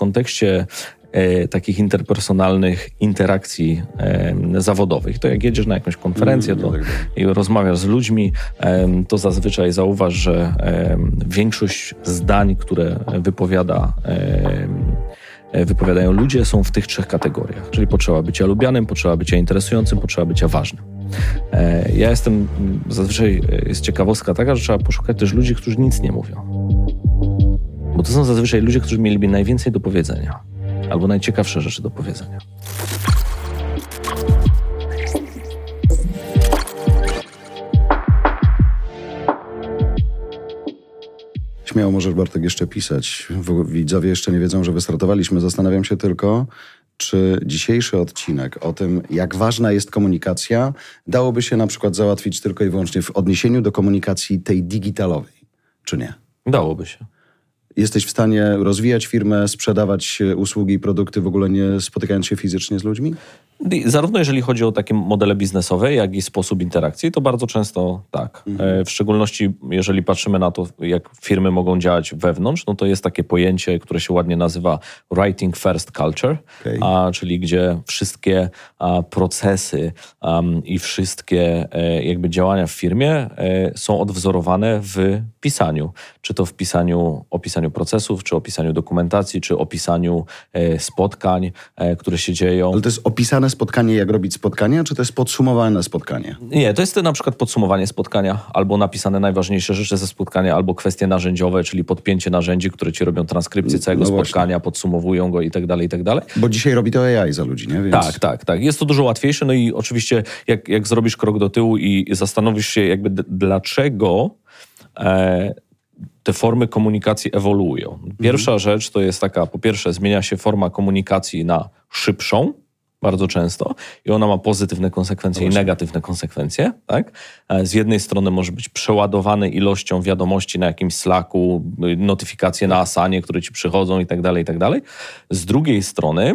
kontekście takich interpersonalnych interakcji zawodowych. To jak jedziesz na jakąś konferencję i rozmawiasz z ludźmi, to zazwyczaj zauważ, że większość zdań, które wypowiadają ludzie, są w tych 3 kategoriach. Czyli potrzeba bycia lubianym, potrzeba bycia interesującym, potrzeba bycia ważnym. Zazwyczaj jest ciekawostka taka, że trzeba poszukać też ludzi, którzy nic nie mówią. Bo to są zazwyczaj ludzie, którzy mieliby najwięcej do powiedzenia. Albo najciekawsze rzeczy do powiedzenia. Śmiało możesz, Bartek, jeszcze pisać. Widzowie jeszcze nie wiedzą, że wystartowaliśmy. Zastanawiam się tylko, czy dzisiejszy odcinek o tym, jak ważna jest komunikacja, dałoby się na przykład załatwić tylko i wyłącznie w odniesieniu do komunikacji tej digitalowej, czy nie? Dałoby się. Jesteś w stanie rozwijać firmę, sprzedawać usługi i produkty, w ogóle nie spotykając się fizycznie z ludźmi? Zarówno jeżeli chodzi o takie modele biznesowe, jak i sposób interakcji, to bardzo często tak. W szczególności jeżeli patrzymy na to, jak firmy mogą działać wewnątrz, no to jest takie pojęcie, które się ładnie nazywa writing first culture, czyli gdzie wszystkie procesy i wszystkie jakby działania w firmie są odwzorowane w pisaniu. Czy to w opisaniu procesów, czy opisaniu dokumentacji, czy opisaniu spotkań, które się dzieją. Ale to jest opisane spotkanie, jak robić spotkania, czy to jest podsumowane spotkanie? Nie, to jest na przykład podsumowanie spotkania, albo napisane najważniejsze rzeczy ze spotkania, albo kwestie narzędziowe, czyli podpięcie narzędzi, które ci robią transkrypcję całego spotkania, podsumowują go i tak dalej, i tak dalej. Bo dzisiaj robi to AI za ludzi, nie? Więc... Tak. Jest to dużo łatwiejsze, no i oczywiście jak zrobisz krok do tyłu i zastanowisz się jakby dlaczego te formy komunikacji ewoluują. Pierwsza rzecz to jest taka, po pierwsze zmienia się forma komunikacji na szybszą, bardzo często, i ona ma pozytywne konsekwencje i negatywne konsekwencje. Tak? Z jednej strony może być przeładowany ilością wiadomości na jakimś Slacku, notyfikacje na Asanie, które ci przychodzą i tak dalej, i tak dalej. Z drugiej strony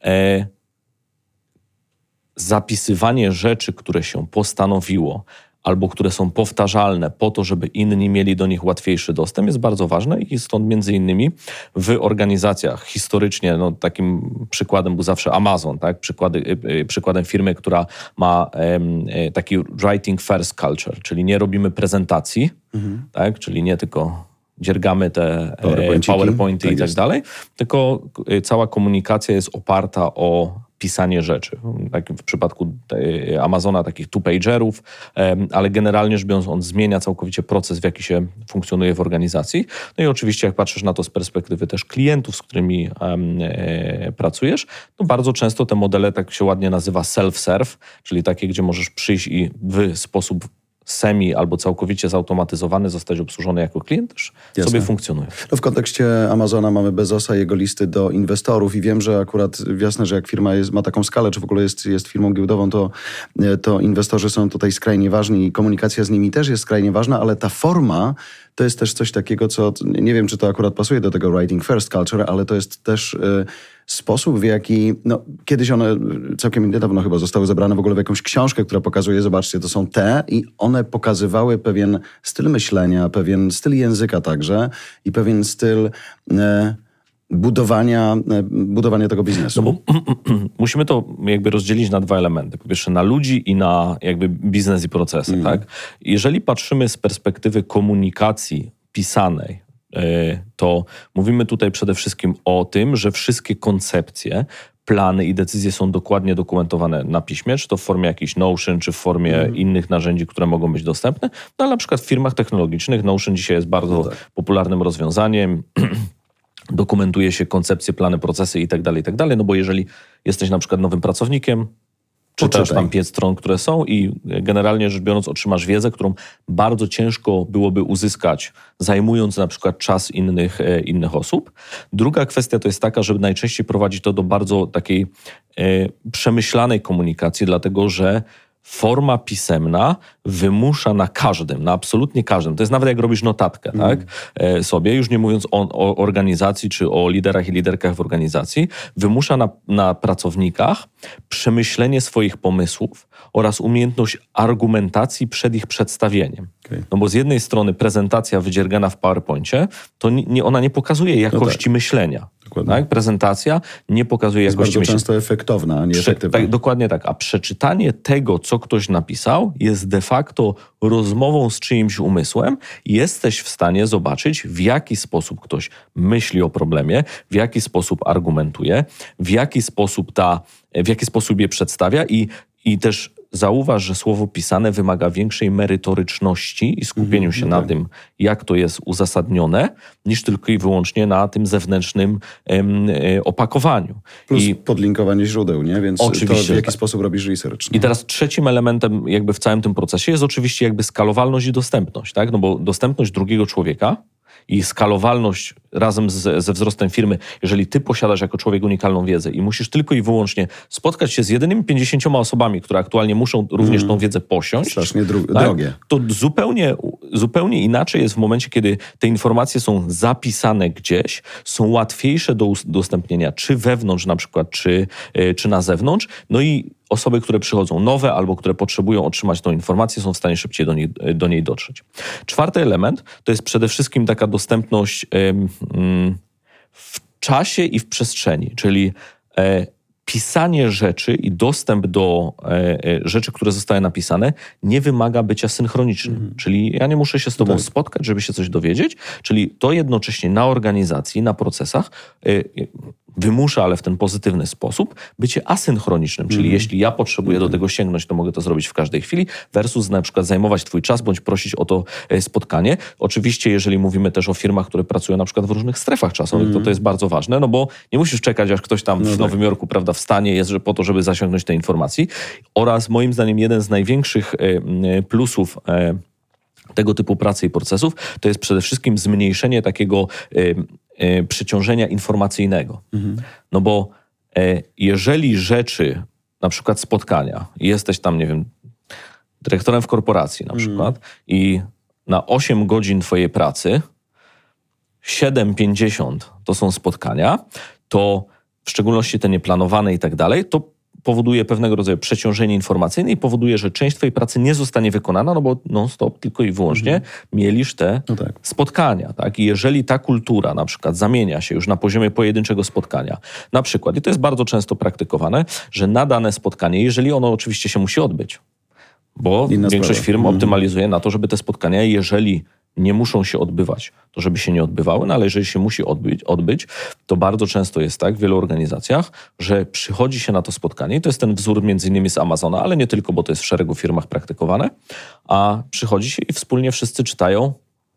zapisywanie rzeczy, które się postanowiło, albo które są powtarzalne po to, żeby inni mieli do nich łatwiejszy dostęp, jest bardzo ważne i stąd między innymi w organizacjach historycznie, no takim przykładem był zawsze Amazon, tak? Przykładem firmy, która ma taki writing first culture, czyli nie robimy prezentacji, tak? Czyli nie tylko dziergamy te PowerPointy i tak dalej, tylko cała komunikacja jest oparta o pisanie rzeczy. Tak w przypadku Amazona takich two-pagerów, ale generalnie rzecz biorąc on zmienia całkowicie proces, w jaki się funkcjonuje w organizacji. No i oczywiście jak patrzysz na to z perspektywy też klientów, z którymi pracujesz, to bardzo często te modele tak się ładnie nazywa self-serve, czyli takie, gdzie możesz przyjść i w sposób albo całkowicie zautomatyzowany zostać obsłużony jako klient, też sobie funkcjonuje. No w kontekście Amazona mamy Bezosa, jego listy do inwestorów i wiem, że akurat jasne, że jak firma ma taką skalę, czy w ogóle jest firmą giełdową, to inwestorzy są tutaj skrajnie ważni i komunikacja z nimi też jest skrajnie ważna, ale ta forma to jest też coś takiego, co nie wiem, czy to akurat pasuje do tego writing first culture, ale to jest też sposób, w jaki, no kiedyś one całkiem niedawno chyba zostały zebrane w ogóle w jakąś książkę, która pokazuje, zobaczcie, to są i one pokazywały pewien styl myślenia, pewien styl języka także i pewien styl budowania tego biznesu. No bo musimy to jakby rozdzielić na 2 elementy. Po pierwsze na ludzi i na jakby biznes i procesy. Tak? Jeżeli patrzymy z perspektywy komunikacji pisanej, to mówimy tutaj przede wszystkim o tym, że wszystkie koncepcje, plany i decyzje są dokładnie dokumentowane na piśmie, czy to w formie jakiejś Notion, czy w formie innych narzędzi, które mogą być dostępne. No ale na przykład w firmach technologicznych Notion dzisiaj jest bardzo popularnym rozwiązaniem. Dokumentuje się koncepcje, plany, procesy i tak dalej, no bo jeżeli jesteś na przykład nowym pracownikiem, czytasz tam 5 stron, które są i generalnie rzecz biorąc otrzymasz wiedzę, którą bardzo ciężko byłoby uzyskać, zajmując na przykład czas innych osób. Druga kwestia to jest taka, że najczęściej prowadzi to do bardzo takiej przemyślanej komunikacji, dlatego że forma pisemna wymusza na każdym, na absolutnie każdym. To jest nawet jak robisz notatkę, tak? Sobie, już nie mówiąc o organizacji czy o liderach i liderkach w organizacji, wymusza na pracownikach przemyślenie swoich pomysłów oraz umiejętność argumentacji przed ich przedstawieniem. No bo z jednej strony prezentacja wydziergana w PowerPoincie, to ona nie pokazuje jakości myślenia. Dokładnie. Tak? Prezentacja nie pokazuje, jak Jest bardzo często efektowna, a nie efektywna. Tak, dokładnie tak. A przeczytanie tego, co ktoś napisał, jest de facto rozmową z czyimś umysłem. Jesteś w stanie zobaczyć, w jaki sposób ktoś myśli o problemie, w jaki sposób argumentuje, w jaki sposób je przedstawia i też zauważ, że słowo pisane wymaga większej merytoryczności i skupieniu się na tym, jak to jest uzasadnione, niż tylko i wyłącznie na tym zewnętrznym opakowaniu. Plus podlinkowanie źródeł, nie? Więc oczywiście, to w jaki sposób robisz research. No. I teraz trzecim elementem jakby w całym tym procesie jest oczywiście jakby skalowalność i dostępność, tak? No bo dostępność drugiego człowieka i skalowalność razem ze wzrostem firmy, jeżeli ty posiadasz jako człowiek unikalną wiedzę i musisz tylko i wyłącznie spotkać się z jedynymi 50 osobami, które aktualnie muszą również tą wiedzę posiąść. Strasznie drogie. To zupełnie inaczej jest w momencie, kiedy te informacje są zapisane gdzieś, są łatwiejsze do udostępnienia, czy wewnątrz na przykład, czy na zewnątrz. No i osoby, które przychodzą nowe albo które potrzebują otrzymać tą informację, są w stanie szybciej do niej dotrzeć. Czwarty element to jest przede wszystkim taka dostępność w czasie i w przestrzeni, czyli pisanie rzeczy i dostęp do rzeczy, które zostały napisane, nie wymaga bycia synchronicznym. Czyli ja nie muszę się z tobą spotkać, żeby się coś dowiedzieć, czyli to jednocześnie na organizacji, na procesach wymusza, ale w ten pozytywny sposób, bycie asynchronicznym. Czyli jeśli ja potrzebuję do tego sięgnąć, to mogę to zrobić w każdej chwili, versus na przykład zajmować twój czas, bądź prosić o to spotkanie. Oczywiście, jeżeli mówimy też o firmach, które pracują na przykład w różnych strefach czasowych, to jest bardzo ważne, no bo nie musisz czekać, aż ktoś tam w Nowym Jorku, prawda, w stanie jest, że po to, żeby zasięgnąć tej informacji. Oraz moim zdaniem jeden z największych plusów tego typu pracy i procesów, to jest przede wszystkim zmniejszenie takiego przeciążenia informacyjnego. No bo jeżeli rzeczy, na przykład spotkania, jesteś tam, nie wiem, dyrektorem w korporacji na przykład i na 8 godzin twojej pracy 7:50 to są spotkania, to w szczególności te nieplanowane i tak dalej, to powoduje pewnego rodzaju przeciążenie informacyjne i powoduje, że część twojej pracy nie zostanie wykonana, no bo non-stop tylko i wyłącznie mielisz te spotkania. Tak? I jeżeli ta kultura na przykład zamienia się już na poziomie pojedynczego spotkania, na przykład, i to jest bardzo często praktykowane, że na dane spotkanie, jeżeli ono oczywiście się musi odbyć, bo większość firm optymalizuje na to, żeby te spotkania, jeżeli nie muszą się odbywać, to żeby się nie odbywały, no ale jeżeli się musi odbyć, to bardzo często jest tak w wielu organizacjach, że przychodzi się na to spotkanie i to jest ten wzór między innymi z Amazona, ale nie tylko, bo to jest w szeregu firmach praktykowane, a przychodzi się i wspólnie wszyscy czytają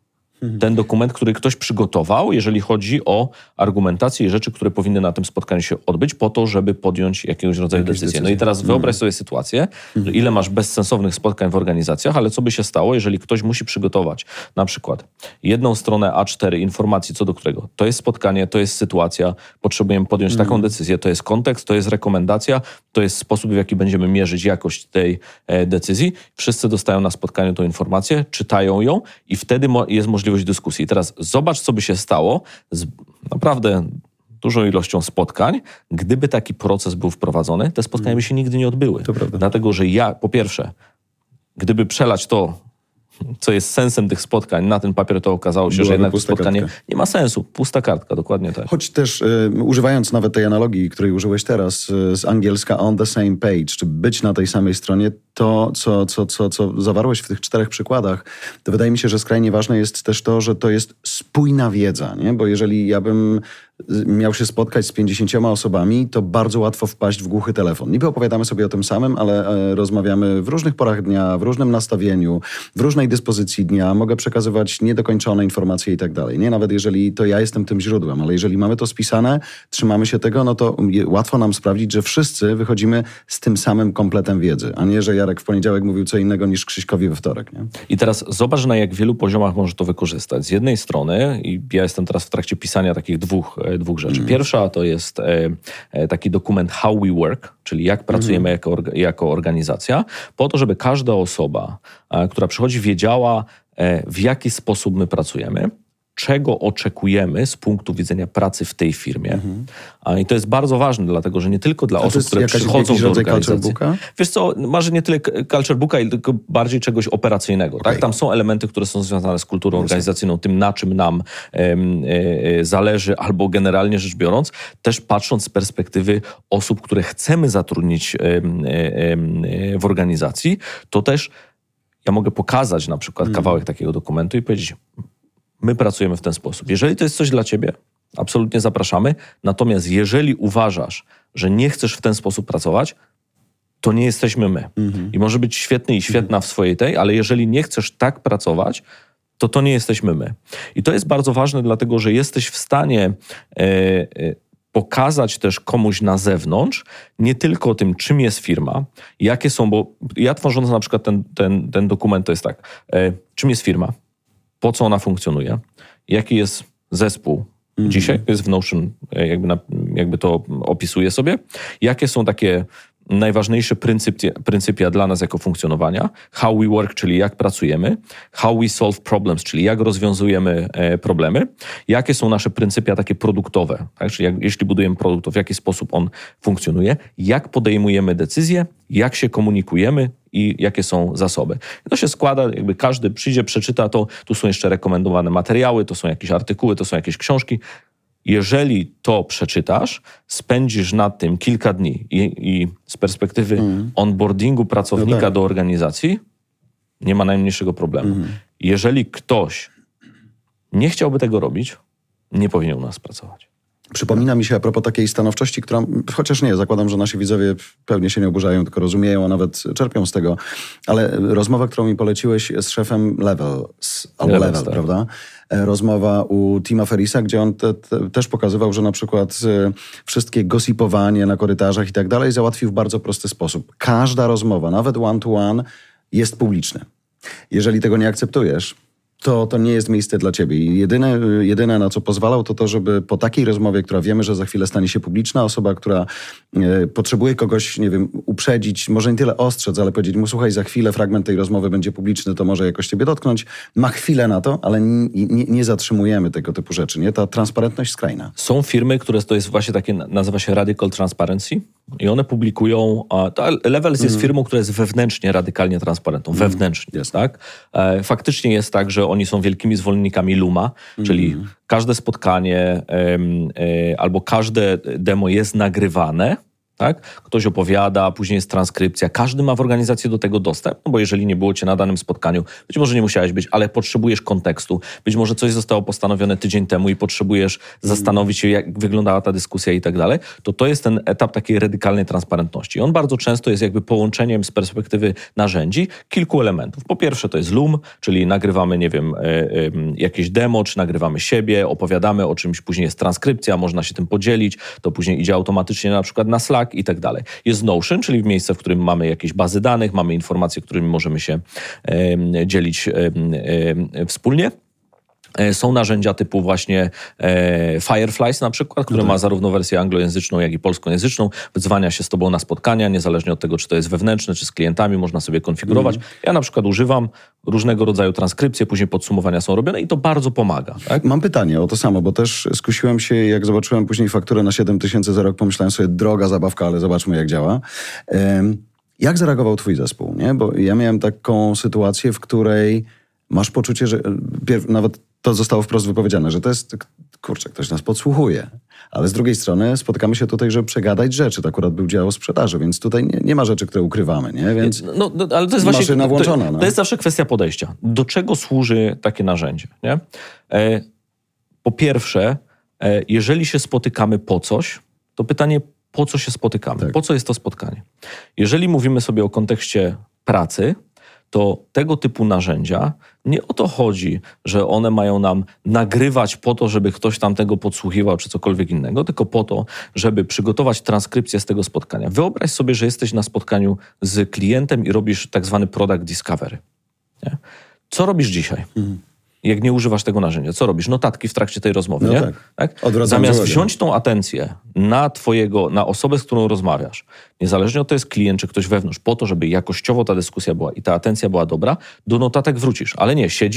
ten dokument, który ktoś przygotował, jeżeli chodzi o argumentację i rzeczy, które powinny na tym spotkaniu się odbyć po to, żeby podjąć jakiegoś rodzaju decyzję. No i teraz wyobraź sobie sytuację, że ile masz bezsensownych spotkań w organizacjach, ale co by się stało, jeżeli ktoś musi przygotować na przykład jedną stronę A4 informacji co do którego. To jest spotkanie, to jest sytuacja, potrzebujemy podjąć taką decyzję, to jest kontekst, to jest rekomendacja, to jest sposób, w jaki będziemy mierzyć jakość tej decyzji. Wszyscy dostają na spotkaniu tą informację, czytają ją i wtedy jest możliwość dyskusji. Teraz zobacz, co by się stało z naprawdę dużą ilością spotkań, gdyby taki proces był wprowadzony, te spotkania by się nigdy nie odbyły. To prawda. Dlatego, że po pierwsze, gdyby przelać to, co jest sensem tych spotkań na ten papier, to okazało się, że jednak to spotkanie nie ma sensu. Pusta kartka, dokładnie tak. Choć też używając nawet tej analogii, której użyłeś teraz z angielska on the same page, czy być na tej samej stronie, to, co zawarłeś w tych 4 przykładach, to wydaje mi się, że skrajnie ważne jest też to, że to jest spójna wiedza, nie? Bo jeżeli ja bym miał się spotkać z 50 osobami, to bardzo łatwo wpaść w głuchy telefon. Niby opowiadamy sobie o tym samym, ale rozmawiamy w różnych porach dnia, w różnym nastawieniu, w różnej dyspozycji dnia. Mogę przekazywać niedokończone informacje i tak dalej. Nie, nawet jeżeli to ja jestem tym źródłem, ale jeżeli mamy to spisane, trzymamy się tego, no to łatwo nam sprawdzić, że wszyscy wychodzimy z tym samym kompletem wiedzy, a nie, że Jarek w poniedziałek mówił co innego niż Krzyśkowi we wtorek. Nie? I teraz zobacz, na jak wielu poziomach możesz to wykorzystać. Z jednej strony, i ja jestem teraz w trakcie pisania takich dwóch rzeczy. Pierwsza to jest taki dokument How We Work, czyli jak pracujemy jako organizacja, po to, żeby każda osoba, która przychodzi, wiedziała, w jaki sposób my pracujemy, czego oczekujemy z punktu widzenia pracy w tej firmie. I to jest bardzo ważne, dlatego że nie tylko dla osób, które przychodzą do organizacji. Wiesz co, może nie tyle culture booka, tylko bardziej czegoś operacyjnego. Tak? Tam są elementy, które są związane z kulturą organizacyjną, tym na czym nam zależy, albo generalnie rzecz biorąc, też patrząc z perspektywy osób, które chcemy zatrudnić w organizacji, to też ja mogę pokazać na przykład kawałek takiego dokumentu i powiedzieć, my pracujemy w ten sposób. Jeżeli to jest coś dla ciebie, absolutnie zapraszamy. Natomiast jeżeli uważasz, że nie chcesz w ten sposób pracować, to nie jesteśmy my. I może być świetny i świetna w swojej tej, ale jeżeli nie chcesz tak pracować, to nie jesteśmy my. I to jest bardzo ważne, dlatego że jesteś w stanie pokazać też komuś na zewnątrz nie tylko o tym, czym jest firma, jakie są, bo ja tworząc na przykład ten dokument, to jest tak, czym jest firma, po co ona funkcjonuje, jaki jest zespół dzisiaj, jest w Notion, jakby to opisuje sobie, jakie są takie najważniejsze pryncypia dla nas jako funkcjonowania, how we work, czyli jak pracujemy, how we solve problems, czyli jak rozwiązujemy problemy, jakie są nasze pryncypia takie produktowe, tak? Czyli jeśli budujemy produkt, to w jaki sposób on funkcjonuje, jak podejmujemy decyzje, jak się komunikujemy i jakie są zasoby. I to się składa, jakby każdy przyjdzie, przeczyta to, tu są jeszcze rekomendowane materiały, to są jakieś artykuły, to są jakieś książki. Jeżeli to przeczytasz, spędzisz nad tym kilka dni i z perspektywy onboardingu pracownika do organizacji nie ma najmniejszego problemu. Jeżeli ktoś nie chciałby tego robić, nie powinien u nas pracować. Przypomina mi się a propos takiej stanowczości, która, chociaż nie, zakładam, że nasi widzowie pewnie się nie oburzają, tylko rozumieją, a nawet czerpią z tego, ale rozmowa, którą mi poleciłeś z szefem Level, tak. Prawda? Rozmowa u Tima Ferrisa, gdzie on też pokazywał, że na przykład wszystkie gossipowanie na korytarzach i tak dalej załatwił w bardzo prosty sposób. Każda rozmowa, nawet one-to-one, jest publiczna. Jeżeli tego nie akceptujesz, to nie jest miejsce dla ciebie. I jedyne, na co pozwalał, to żeby po takiej rozmowie, która wiemy, że za chwilę stanie się publiczna, osoba, która potrzebuje kogoś, nie wiem, uprzedzić, może nie tyle ostrzec, ale powiedzieć mu, słuchaj, za chwilę fragment tej rozmowy będzie publiczny, to może jakoś ciebie dotknąć. Ma chwilę na to, ale nie zatrzymujemy tego typu rzeczy, nie? Ta transparentność skrajna. Są firmy, które to jest właśnie takie, nazywa się Radical Transparency i one publikują, Levels jest firmą, która jest wewnętrznie radykalnie transparentną. Wewnętrznie, jest, tak? Faktycznie jest tak, że oni są wielkimi zwolennikami Luma, czyli każde spotkanie albo każde demo jest nagrywane, tak? Ktoś opowiada, później jest transkrypcja. Każdy ma w organizacji do tego dostęp, no bo jeżeli nie było cię na danym spotkaniu, być może nie musiałeś być, ale potrzebujesz kontekstu. Być może coś zostało postanowione tydzień temu i potrzebujesz zastanowić się, jak wyglądała ta dyskusja i tak dalej, to jest ten etap takiej radykalnej transparentności. On bardzo często jest jakby połączeniem z perspektywy narzędzi kilku elementów. Po pierwsze to jest Loom, czyli nagrywamy, nie wiem, jakieś demo, czy nagrywamy siebie, opowiadamy o czymś, później jest transkrypcja, można się tym podzielić, to później idzie automatycznie na przykład na Slack i tak dalej. Jest Notion, czyli miejsce, w którym mamy jakieś bazy danych, mamy informacje, którymi możemy się dzielić wspólnie. Są narzędzia typu właśnie Fireflies na przykład, który ma zarówno wersję anglojęzyczną, jak i polskojęzyczną. Wyzwania się z tobą na spotkania, niezależnie od tego, czy to jest wewnętrzne, czy z klientami, można sobie konfigurować. Ja na przykład używam różnego rodzaju transkrypcje, później podsumowania są robione i to bardzo pomaga. Tak? Mam pytanie o to samo, bo też skusiłem się, jak zobaczyłem później fakturę na 7,000 za rok, pomyślałem sobie, droga zabawka, ale zobaczmy jak działa. Jak zareagował twój zespół? Nie? Bo ja miałem taką sytuację, w której masz poczucie, że nawet to zostało wprost wypowiedziane, że to jest, kurczę, ktoś nas podsłuchuje. Ale z drugiej strony spotykamy się tutaj, żeby przegadać rzeczy. To akurat był dział sprzedaży, więc tutaj nie ma rzeczy, które ukrywamy, nie? Więc ale to jest właśnie maszyna włączona. To jest zawsze kwestia podejścia. Do czego służy takie narzędzie? Nie? Po pierwsze, jeżeli się spotykamy po coś, to pytanie, po co się spotykamy? Tak. Po co jest to spotkanie? Jeżeli mówimy sobie o kontekście pracy, to tego typu narzędzia, nie o to chodzi, że one mają nam nagrywać po to, żeby ktoś tam tego podsłuchiwał, czy cokolwiek innego, tylko po to, żeby przygotować transkrypcję z tego spotkania. Wyobraź sobie, że jesteś na spotkaniu z klientem i robisz tak zwany product discovery. Nie? Co robisz dzisiaj? Jak nie używasz tego narzędzia? Co robisz? Notatki w trakcie tej rozmowy, nie? Tak? Zamiast wziąć tą atencję na osobę, z którą rozmawiasz, niezależnie od to jest klient czy ktoś wewnątrz, po to, żeby jakościowo ta dyskusja była i ta atencja była dobra, do notatek wrócisz. Ale nie, siedzisz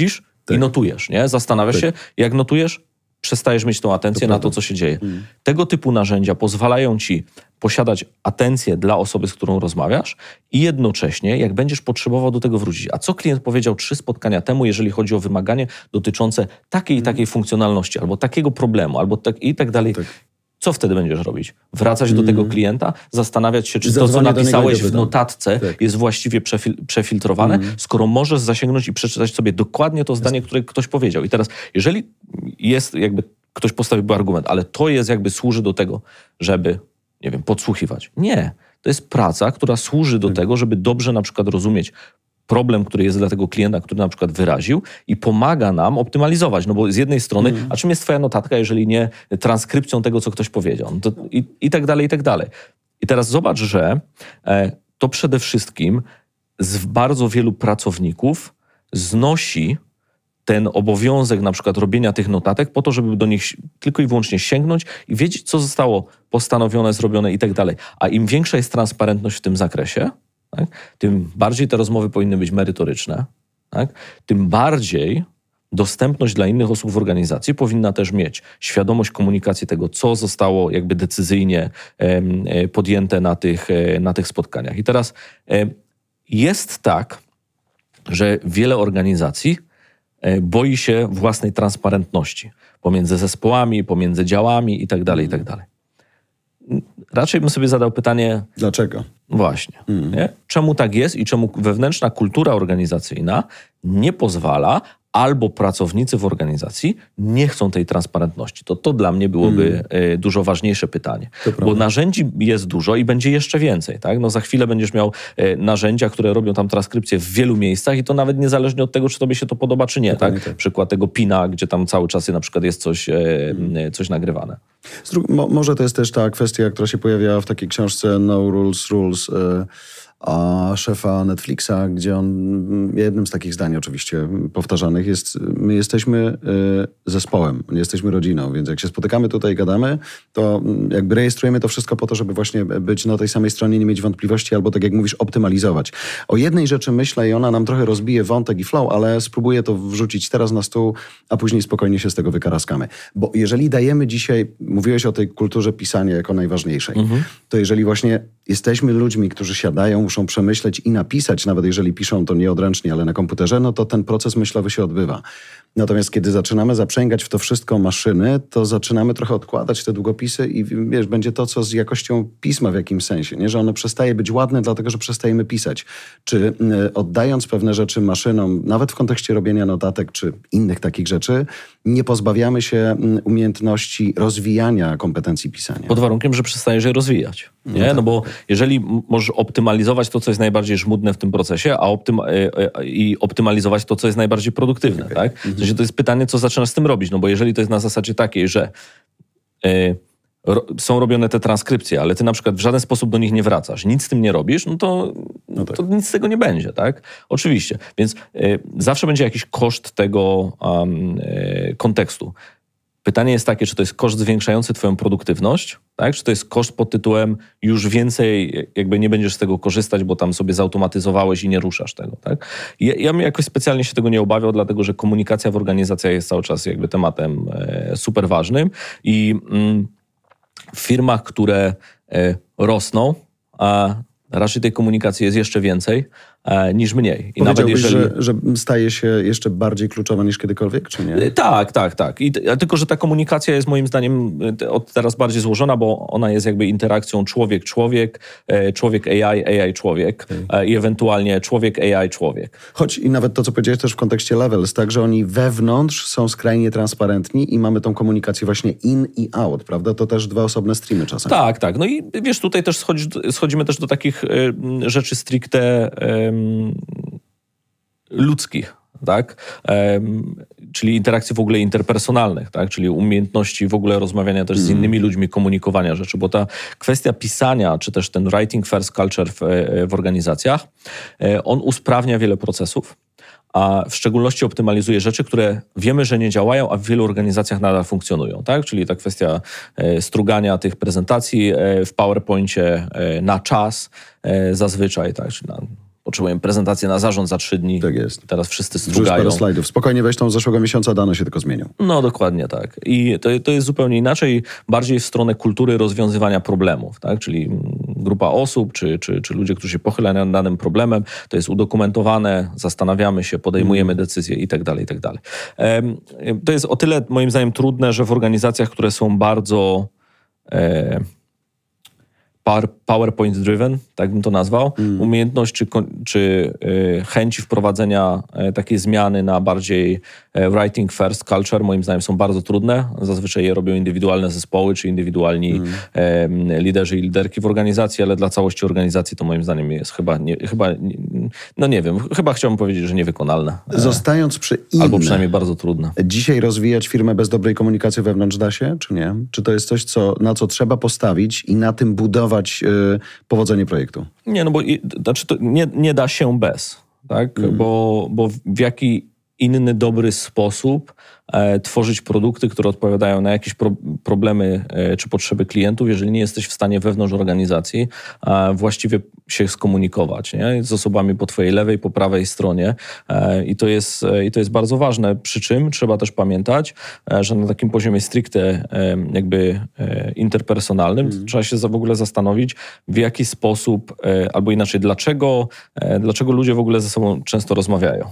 i notujesz, nie? Zastanawiasz się, jak notujesz, przestajesz mieć tą atencję na to, co się dzieje. Tego typu narzędzia pozwalają ci posiadać atencję dla osoby, z którą rozmawiasz i jednocześnie, jak będziesz potrzebował do tego wrócić. A co klient powiedział 3 spotkania temu, jeżeli chodzi o wymaganie dotyczące takiej i takiej funkcjonalności, albo takiego problemu, albo i tak dalej. Co wtedy będziesz robić? Wracać do tego klienta, zastanawiać się, czy to, co napisałeś w notatce, jest właściwie przefiltrowane, skoro możesz zasięgnąć i przeczytać sobie dokładnie to zdanie, które ktoś powiedział. I teraz, jeżeli jest jakby, ktoś postawiłby argument, ale to jest jakby służy do tego, żeby, nie wiem, podsłuchiwać. Nie. To jest praca, która służy do tego, żeby dobrze na przykład rozumieć problem, który jest dla tego klienta, który na przykład wyraził i pomaga nam optymalizować. No bo z jednej strony, a czym jest twoja notatka, jeżeli nie transkrypcją tego, co ktoś powiedział? No to i tak dalej, i tak dalej. I teraz zobacz, że to przede wszystkim z bardzo wielu pracowników znosi ten obowiązek na przykład robienia tych notatek po to, żeby do nich tylko i wyłącznie sięgnąć i wiedzieć, co zostało postanowione, zrobione i tak dalej. A im większa jest transparentność w tym zakresie, tak, tym bardziej te rozmowy powinny być merytoryczne, tak, tym bardziej dostępność dla innych osób w organizacji powinna też mieć świadomość komunikacji tego, co zostało jakby decyzyjnie podjęte na tych spotkaniach. I teraz jest tak, że wiele organizacji boi się własnej transparentności pomiędzy zespołami, pomiędzy działami i tak dalej, i tak dalej. Raczej bym sobie zadał pytanie... Dlaczego? Właśnie. Nie? Czemu tak jest i czemu wewnętrzna kultura organizacyjna nie pozwala, albo pracownicy w organizacji nie chcą tej transparentności. To dla mnie byłoby dużo ważniejsze pytanie. Bo narzędzi jest dużo i będzie jeszcze więcej. Tak? No za chwilę będziesz miał narzędzia, które robią tam transkrypcję w wielu miejscach i to nawet niezależnie od tego, czy tobie się to podoba, czy nie. Tak? Przykład tego PIN-a, gdzie tam cały czas na przykład jest coś nagrywane. Może to jest też ta kwestia, która się pojawiała w takiej książce No Rules, a szefa Netflixa, gdzie on, jednym z takich zdań oczywiście powtarzanych jest, my jesteśmy zespołem, nie jesteśmy rodziną, więc jak się spotykamy tutaj i gadamy, to jakby rejestrujemy to wszystko po to, żeby właśnie być na tej samej stronie, nie mieć wątpliwości albo tak jak mówisz, optymalizować. O jednej rzeczy myślę i ona nam trochę rozbije wątek i flow, ale spróbuję to wrzucić teraz na stół, a później spokojnie się z tego wykaraskamy. Bo jeżeli dajemy dzisiaj, mówiłeś o tej kulturze pisania jako najważniejszej, to jeżeli właśnie jesteśmy ludźmi, którzy siadają, muszą przemyśleć i napisać, nawet jeżeli piszą to nie odręcznie, ale na komputerze, no to ten proces myślowy się odbywa. Natomiast kiedy zaczynamy zaprzęgać w to wszystko maszyny, to zaczynamy trochę odkładać te długopisy i wiesz, będzie to, co z jakością pisma w jakimś sensie, nie? Że ono przestaje być ładne, dlatego że przestajemy pisać. Czy oddając pewne rzeczy maszynom, nawet w kontekście robienia notatek czy innych takich rzeczy, nie pozbawiamy się umiejętności rozwijania kompetencji pisania. Pod warunkiem, że przestajesz je rozwijać. Nie? No bo jeżeli możesz optymalizować to, co jest najbardziej żmudne w tym procesie, i optymalizować to, co jest najbardziej produktywne. Tak? W sensie to jest pytanie, co zaczynasz z tym robić. No bo jeżeli to jest na zasadzie takiej, że są robione te transkrypcje, ale ty na przykład w żaden sposób do nich nie wracasz, nic z tym nie robisz, to nic z tego nie będzie, tak? Oczywiście. Więc zawsze będzie jakiś koszt tego kontekstu. Pytanie jest takie, czy to jest koszt zwiększający twoją produktywność, tak? Czy to jest koszt pod tytułem już więcej jakby nie będziesz z tego korzystać, bo tam sobie zautomatyzowałeś i nie ruszasz tego, tak? Ja bym jakoś specjalnie się tego nie obawiał, dlatego że komunikacja w organizacjach jest cały czas jakby tematem super ważnym i w firmach, które rosną, a raczej tej komunikacji jest jeszcze więcej niż mniej. I nawet jeżeli... że staje się jeszcze bardziej kluczowa niż kiedykolwiek, czy nie? Tak. Tylko, że ta komunikacja jest moim zdaniem od teraz bardziej złożona, bo ona jest jakby interakcją człowiek-człowiek, człowiek-AI, AI-człowiek i ewentualnie człowiek-AI-człowiek. Choć i nawet to, co powiedziałeś też w kontekście levels, tak, że oni wewnątrz są skrajnie transparentni i mamy tą komunikację właśnie in i out, prawda? To też 2 osobne streamy czasem. Tak. No i wiesz, tutaj też schodzimy też do takich rzeczy stricte ludzkich, tak? Czyli interakcji w ogóle interpersonalnych, tak? Czyli umiejętności w ogóle rozmawiania też z innymi ludźmi, komunikowania rzeczy, bo ta kwestia pisania, czy też ten writing first culture w organizacjach, on usprawnia wiele procesów, a w szczególności optymalizuje rzeczy, które wiemy, że nie działają, a w wielu organizacjach nadal funkcjonują, tak? Czyli ta kwestia strugania tych prezentacji w PowerPoincie na czas zazwyczaj, tak? Czyli po potrzebujemy prezentację na zarząd za 3 dni. Tak jest. Teraz wszyscy Wrzuć strugają. parę slajdów. Spokojnie weź tą z zeszłego miesiąca, dane się tylko zmienią. No dokładnie tak. I to jest zupełnie inaczej, bardziej w stronę kultury rozwiązywania problemów, tak? Czyli grupa osób, czy ludzie, którzy się pochylają nad danym problemem, to jest udokumentowane, zastanawiamy się, podejmujemy decyzje i tak dalej, i tak dalej. To jest o tyle moim zdaniem trudne, że w organizacjach, które są bardzo PowerPoint driven, tak bym to nazwał, umiejętność czy chęci wprowadzenia takiej zmiany na bardziej writing first culture moim zdaniem są bardzo trudne. Zazwyczaj je robią indywidualne zespoły czy indywidualni liderzy i liderki w organizacji, ale dla całości organizacji to moim zdaniem jest chyba chciałbym powiedzieć, że niewykonalne. Zostając przy innym. Albo przynajmniej bardzo trudne. Dzisiaj rozwijać firmę bez dobrej komunikacji wewnątrz da się, czy nie? Czy to jest coś, na co trzeba postawić i na tym budować powodzenie projektu? Nie, no bo to nie da się bez, tak? Bo w jaki inny dobry sposób tworzyć produkty, które odpowiadają na jakieś problemy czy potrzeby klientów, jeżeli nie jesteś w stanie wewnątrz organizacji właściwie się skomunikować, nie? Z osobami po twojej lewej, po prawej stronie. I to jest bardzo ważne. Przy czym trzeba też pamiętać, że na takim poziomie stricte interpersonalnym trzeba się w ogóle zastanowić, w jaki sposób, albo inaczej, dlaczego ludzie w ogóle ze sobą często rozmawiają.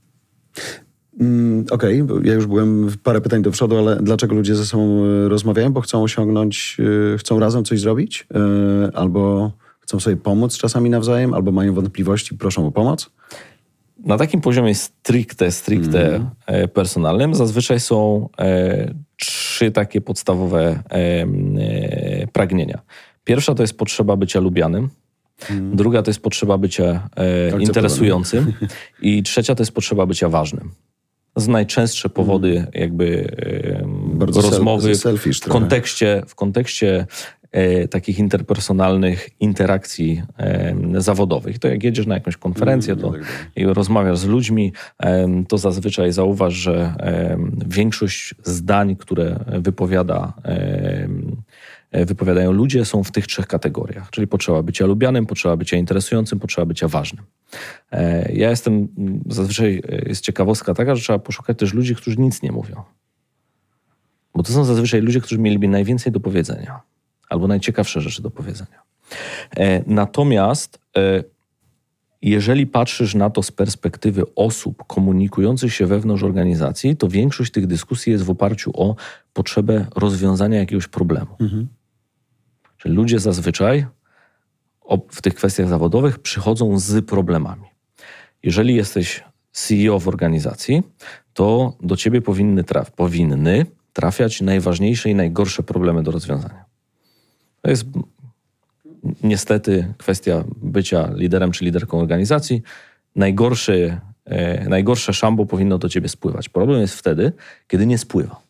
Okej, ja już byłem parę pytań do przodu, ale dlaczego ludzie ze sobą rozmawiają? Bo chcą osiągnąć, chcą razem coś zrobić? Albo chcą sobie pomóc czasami nawzajem? Albo mają wątpliwości, proszą o pomoc? Na takim poziomie stricte personalnym zazwyczaj są 3 takie podstawowe pragnienia. Pierwsza to jest potrzeba bycia lubianym. Druga to jest potrzeba bycia interesującym. I trzecia to jest potrzeba bycia ważnym. To są najczęstsze powody rozmowy w kontekście takich interpersonalnych interakcji zawodowych. To jak jedziesz na jakąś konferencję, to i rozmawiasz z ludźmi, to zazwyczaj zauważ, że większość zdań, które wypowiadają ludzie, są w tych 3 kategoriach. Czyli potrzeba bycia lubianym, potrzeba bycia interesującym, potrzeba bycia ważnym. Zazwyczaj jest ciekawostka taka, że trzeba poszukać też ludzi, którzy nic nie mówią. Bo to są zazwyczaj ludzie, którzy mieliby najwięcej do powiedzenia. Albo najciekawsze rzeczy do powiedzenia. Natomiast jeżeli patrzysz na to z perspektywy osób komunikujących się wewnątrz organizacji, to większość tych dyskusji jest w oparciu o potrzebę rozwiązania jakiegoś problemu. Czyli ludzie zazwyczaj w tych kwestiach zawodowych przychodzą z problemami. Jeżeli jesteś CEO w organizacji, to do ciebie powinny trafiać najważniejsze i najgorsze problemy do rozwiązania. To jest niestety kwestia bycia liderem czy liderką organizacji. Najgorsze szambo powinno do ciebie spływać. Problem jest wtedy, kiedy nie spływa.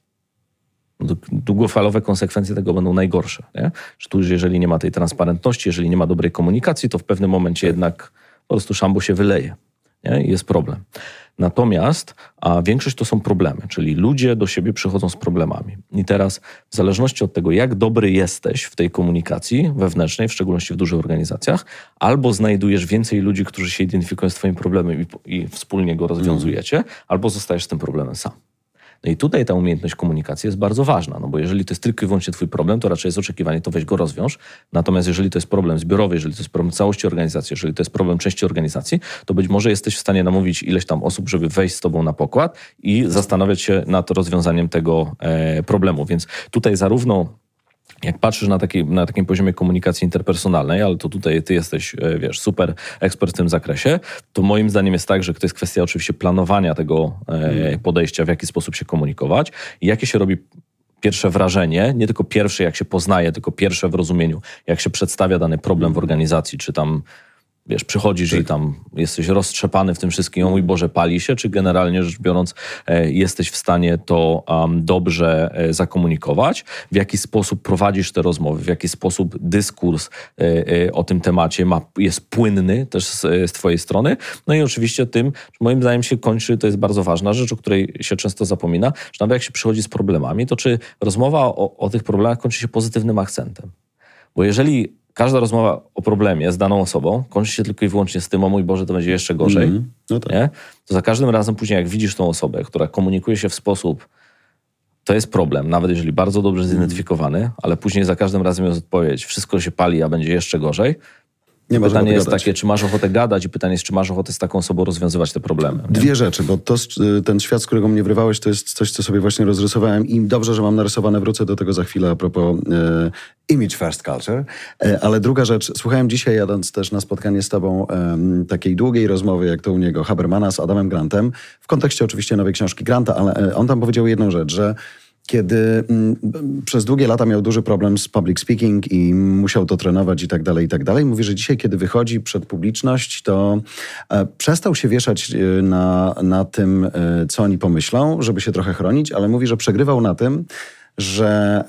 Długofalowe konsekwencje tego będą najgorsze. Nie? Że tu, jeżeli nie ma tej transparentności, jeżeli nie ma dobrej komunikacji, to w pewnym momencie jednak po prostu szambo się wyleje. Nie? I jest problem. Natomiast większość to są problemy, czyli ludzie do siebie przychodzą z problemami. I teraz w zależności od tego, jak dobry jesteś w tej komunikacji wewnętrznej, w szczególności w dużych organizacjach, albo znajdujesz więcej ludzi, którzy się identyfikują z twoim problemem i wspólnie go rozwiązujecie, albo zostajesz z tym problemem sam. No i tutaj ta umiejętność komunikacji jest bardzo ważna, no bo jeżeli to jest tylko i wyłącznie twój problem, to raczej jest oczekiwanie, to weź go rozwiąż. Natomiast jeżeli to jest problem zbiorowy, jeżeli to jest problem całości organizacji, jeżeli to jest problem części organizacji, to być może jesteś w stanie namówić ileś tam osób, żeby wejść z tobą na pokład i zastanawiać się nad rozwiązaniem tego problemu. Więc tutaj zarówno jak patrzysz na takim poziomie komunikacji interpersonalnej, ale to tutaj ty jesteś, super ekspert w tym zakresie, to moim zdaniem jest tak, że to jest kwestia oczywiście planowania tego podejścia, w jaki sposób się komunikować i jakie się robi pierwsze wrażenie, nie tylko pierwsze jak się poznaje, tylko pierwsze w rozumieniu, jak się przedstawia dany problem w organizacji, czy tam przychodzisz i tam jesteś roztrzepany w tym wszystkim, o mój Boże, pali się, czy generalnie rzecz biorąc jesteś w stanie to dobrze zakomunikować, w jaki sposób prowadzisz te rozmowy, w jaki sposób dyskurs o tym temacie jest płynny też z twojej strony. No i oczywiście tym, moim zdaniem się kończy, to jest bardzo ważna rzecz, o której się często zapomina, że nawet jak się przychodzi z problemami, to czy rozmowa o tych problemach kończy się pozytywnym akcentem. Bo jeżeli każda rozmowa o problemie z daną osobą kończy się tylko i wyłącznie z tym, o mój Boże, to będzie jeszcze gorzej, No tak. nie? To za każdym razem później, jak widzisz tą osobę, która komunikuje się w sposób, to jest problem, nawet jeżeli bardzo dobrze zidentyfikowany, ale później za każdym razem jest odpowiedź, wszystko się pali, a będzie jeszcze gorzej. Pytanie jest takie, czy masz ochotę gadać i pytanie jest, czy masz ochotę z taką osobą rozwiązywać te problemy. Nie? Dwie rzeczy, bo ten świat, z którego mnie wyrwałeś, to jest coś, co sobie właśnie rozrysowałem i dobrze, że mam narysowane, wrócę do tego za chwilę a propos image first culture. Ale druga rzecz, słuchałem dzisiaj, jadąc też na spotkanie z tobą takiej długiej rozmowy, jak to u niego, Habermana z Adamem Grantem, w kontekście oczywiście nowej książki Granta, ale on tam powiedział jedną rzecz, że kiedy przez długie lata miał duży problem z public speaking i musiał to trenować i tak dalej. Mówi, że dzisiaj, kiedy wychodzi przed publiczność, to przestał się wieszać na tym, co oni pomyślą, żeby się trochę chronić, ale mówi, że przegrywał na tym, że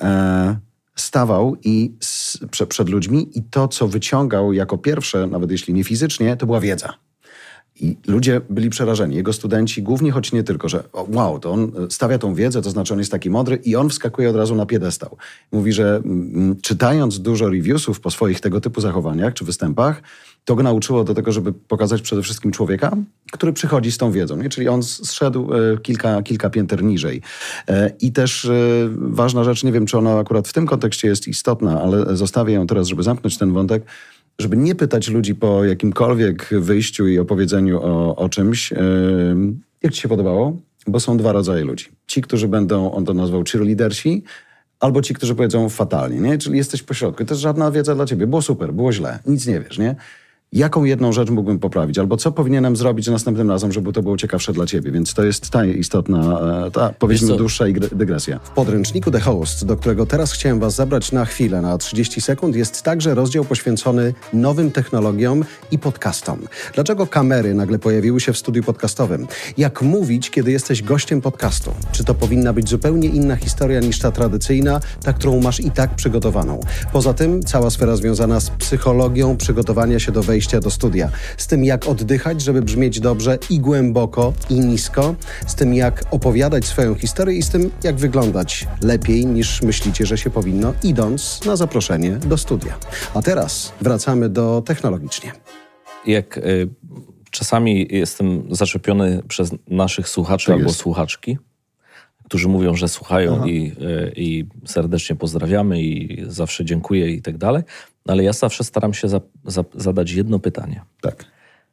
stawał przed ludźmi i to, co wyciągał jako pierwsze, nawet jeśli nie fizycznie, to była wiedza. I ludzie byli przerażeni. Jego studenci głównie, choć nie tylko, że wow, to on stawia tą wiedzę, to znaczy on jest taki mądry i on wskakuje od razu na piedestał. Mówi, że czytając dużo reviewsów po swoich tego typu zachowaniach czy występach, to go nauczyło do tego, żeby pokazać przede wszystkim człowieka, który przychodzi z tą wiedzą. Nie? Czyli on zszedł kilka pięter niżej. I też ważna rzecz, nie wiem, czy ona akurat w tym kontekście jest istotna, ale zostawię ją teraz, żeby zamknąć ten wątek, żeby nie pytać ludzi po jakimkolwiek wyjściu i opowiedzeniu o czymś, jak ci się podobało, bo są dwa rodzaje ludzi. Ci, którzy będą, on to nazwał cheerleadersi, albo ci, którzy powiedzą fatalnie, nie? Czyli jesteś pośrodku. To jest żadna wiedza dla ciebie. Było super, było źle, nic nie wiesz, nie? Jaką jedną rzecz mógłbym poprawić? Albo co powinienem zrobić następnym razem, żeby to było ciekawsze dla ciebie? Więc to jest ta istotna, powiedzmy dłuższa dygresja. W podręczniku The Host, do którego teraz chciałem was zabrać na chwilę, na 30 sekund, jest także rozdział poświęcony nowym technologiom i podcastom. Dlaczego kamery nagle pojawiły się w studiu podcastowym? Jak mówić, kiedy jesteś gościem podcastu? Czy to powinna być zupełnie inna historia niż ta tradycyjna, ta, którą masz i tak przygotowaną? Poza tym cała sfera związana z psychologią przygotowania się do wejścia do studia. Z tym, jak oddychać, żeby brzmieć dobrze i głęboko, i nisko. Z tym, jak opowiadać swoją historię i z tym, jak wyglądać lepiej, niż myślicie, że się powinno, idąc na zaproszenie do studia. A teraz wracamy do technologicznie. Jak czasami jestem zaczepiony przez naszych słuchaczy tak albo jest. słuchaczki, którzy mówią, że słuchają i serdecznie pozdrawiamy i zawsze dziękuję i tak dalej. Ale ja zawsze staram się zadać jedno pytanie. Tak.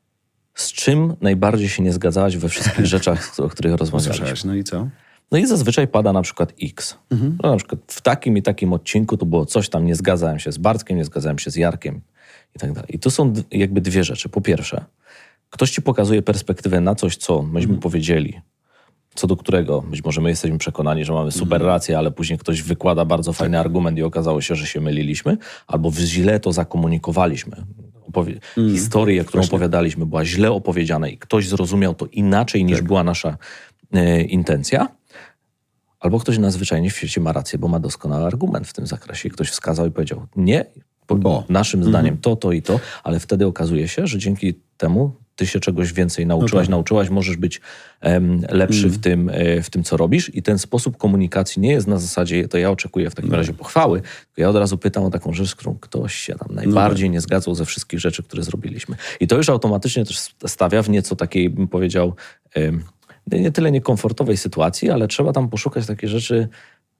Z czym najbardziej się nie zgadzałaś we wszystkich rzeczach, o których rozmawialiśmy? Słyszałeś, no i co? No i zazwyczaj pada na przykład X. No, na przykład w takim i takim odcinku to było coś tam, nie zgadzałem się z Bartkiem, nie zgadzałem się z Jarkiem i tak dalej. I tu są jakby dwie rzeczy. Po pierwsze, ktoś ci pokazuje perspektywę na coś, co myśmy powiedzieli, co do którego być może my jesteśmy przekonani, że mamy super rację, ale później ktoś wykłada bardzo fajny argument i okazało się, że się myliliśmy, albo źle to zakomunikowaliśmy. Historię, którą opowiadaliśmy, była źle opowiedziana i ktoś zrozumiał to inaczej niż była nasza intencja, albo ktoś nadzwyczajnie w świecie ma rację, bo ma doskonały argument w tym zakresie i ktoś wskazał i powiedział nie, bo naszym zdaniem to i to, ale wtedy okazuje się, że dzięki temu ty się czegoś więcej nauczyłaś, możesz być lepszy w tym, co robisz i ten sposób komunikacji nie jest na zasadzie, to ja oczekuję w takim razie pochwały, tylko ja od razu pytam o taką rzecz, z którą ktoś się tam najbardziej nie zgadzał ze wszystkich rzeczy, które zrobiliśmy. I to już automatycznie też stawia w nieco takiej, bym powiedział, nie tyle niekomfortowej sytuacji, ale trzeba tam poszukać takie rzeczy